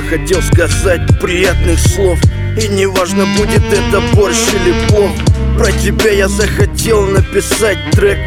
хотел сказать приятных слов, и неважно, будет это борщ или плов. Про тебя я захотел написать трек,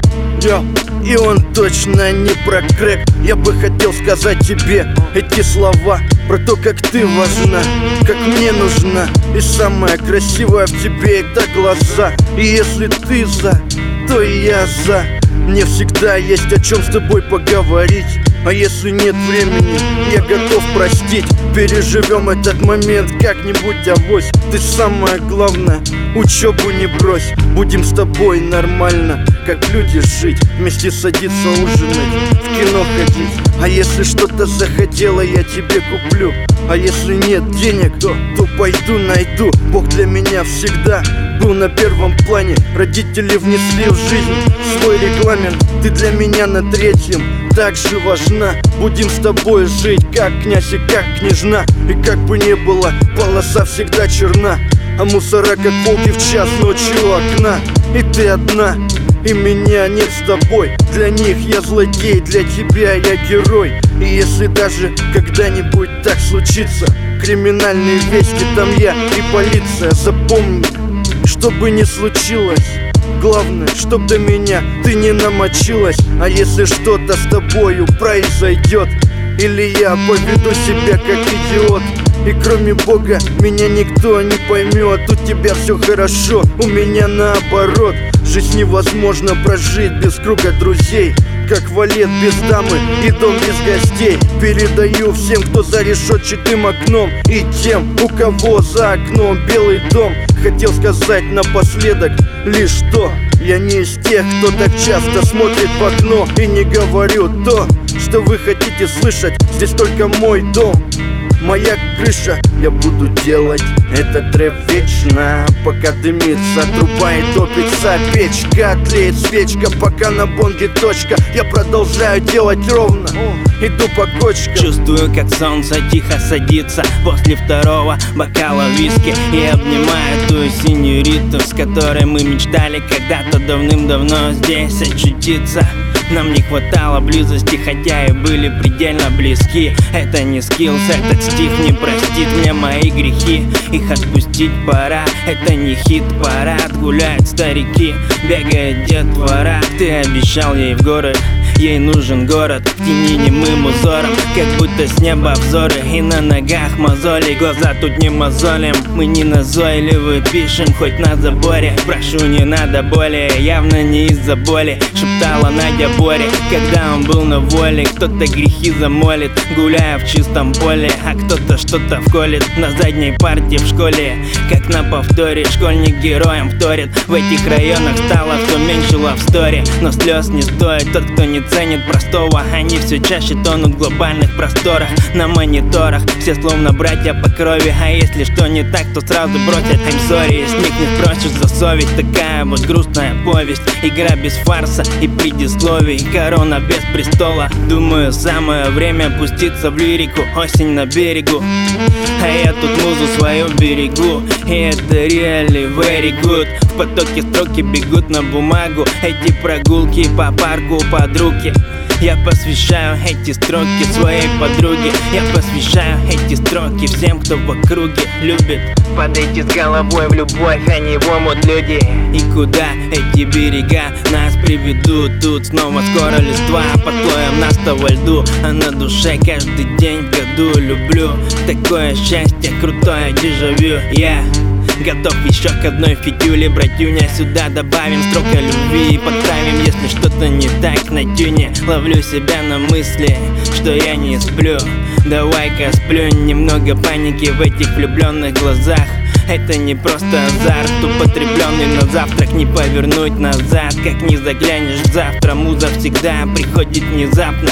и он точно не про крэк. Я бы хотел сказать тебе эти слова про то, как ты важна, как мне нужна. И самое красивое в тебе — это глаза. И если ты за, то и я за. Мне всегда есть о чем с тобой поговорить. А если нет времени, я готов простить. Переживем этот момент как-нибудь авось. Ты самое главное, учебу не брось. Будем с тобой нормально, как люди, жить. Вместе садиться ужинать, в кино ходить. А если что-то захотела, я тебе куплю. А если нет денег, то пойду найду. Бог для меня всегда был на первом плане. Родители внесли в жизнь свой регламент. Ты для меня на третьем, так же важна. Будем с тобой жить, как князь и как княжна. И как бы ни было, полоса всегда черна. А мусора, как волки в час ночи у окна. И ты одна, и меня нет с тобой. Для них я злодей, для тебя я герой. И если даже когда-нибудь так случится, криминальные вести, там я и полиция. Запомни, что бы ни случилось, главное, чтоб до меня ты не намочилась. А если что-то с тобою произойдет, или я поведу себя как идиот, и кроме Бога меня никто не поймет. У тебя все хорошо, у меня наоборот. Жизнь невозможно прожить без круга друзей, как валет без дамы и дом без гостей. Передаю всем, кто за решетчатым окном, и тем, у кого за окном белый дом. Хотел сказать напоследок лишь то: я не из тех, кто так часто смотрит в окно. И не говорю то, что вы хотите слышать. Здесь только мой дом, моя крыша. Я буду делать этот рэп вечно, пока дымится труба и топится печка. Тлеет свечка, пока на бонге точка. Я продолжаю делать ровно, иду по кочкам. Чувствую, как солнце тихо садится после второго бокала виски, и обнимаю ту сеньориту, с которой мы мечтали когда-то давным-давно здесь очутиться. Нам не хватало близости, хотя и были предельно близки. Это не скиллс, этот стих не простит мне мои грехи. Их отпустить пора, это не хит-парад. Гуляют старики, бегает детвора. Ты обещал ей в горы, ей нужен город. В тени немым узором, как будто с неба взоры. И на ногах мозоли, глаза тут не мозолим. Мы не назойливы, пишем хоть на заборе. Прошу, не надо более, явно не из-за боли, шептала Надя Боре, когда он был на воле. Кто-то грехи замолит, гуляя в чистом поле, а кто-то что-то вколет на задней парте в школе. Как на повторе, школьник героем вторит. В этих районах стало все меньше лавстори, но слез не стоит тот, кто не ценит простого. Они все чаще тонут в глобальных просторах. На мониторах все словно братья по крови, а если что не так, то сразу бросят I'm sorry. С них не спросишь за совесть, такая вот грустная повесть. Игра без фарса и предисловий, корона без престола. Думаю, самое время пуститься в лирику. Осень на берегу, а я тут музу свою берегу. И это really very good. В потоке строки бегут на бумагу. Эти прогулки по парку под руки. Я посвящаю эти строки своей подруге. Я посвящаю эти строки всем, кто в округе любит подойти с головой в любовь, а не в омут люди. И куда эти берега нас приведут? Тут снова скоро листва под слоем настого льду, а на душе каждый день в году люблю. Такое счастье, крутое дежавю. Я готов еще к одной фитюле, братюня. Сюда добавим строка любви и подставим, если что-то не так на тюне. Ловлю себя на мысли, что я не сплю. Давай-ка сплюнь, немного паники в этих влюбленных глазах. Это не просто азарт, употребленный на завтрак. Не повернуть назад, как не заглянешь в завтра. Муза всегда приходит внезапно.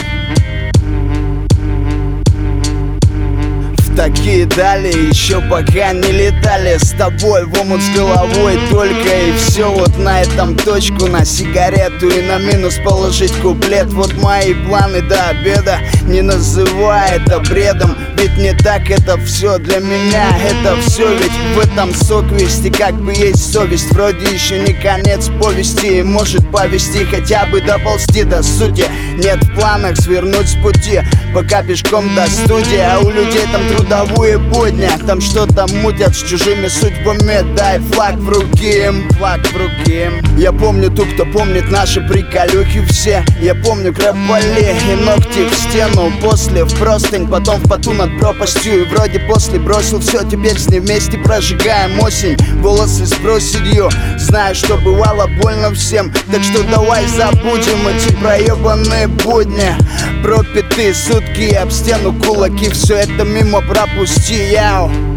Такие дали, еще пока не летали с тобой в омут с головой только и все. Вот на этом точку, на сигарету и на минус положить куплет. Вот мои планы до обеда, не называй это бредом, ведь не так это все для меня. Это все, ведь в этом сок вести, как бы есть совесть. Вроде еще не конец повести, может повести хотя бы доползти до сути. Нет в планах свернуть с пути, пока пешком до студии, а у людей там трудовые трудовые будни. Там что-то мутят с чужими судьбами. Дай флаг в руки им, флаг в руки им. Я помню ту, кто помнит наши приколюхи все. Я помню крэп-боли и ногти в стену. После в простынь, потом в поту над пропастью. И вроде после бросил все, теперь с ней вместе прожигаем осень. Волосы с проседью, знаю, что бывало больно всем. Так что давай забудем эти проебанные будни. Пропитые сутки об стену кулаки, все это мимо пропусти, яу.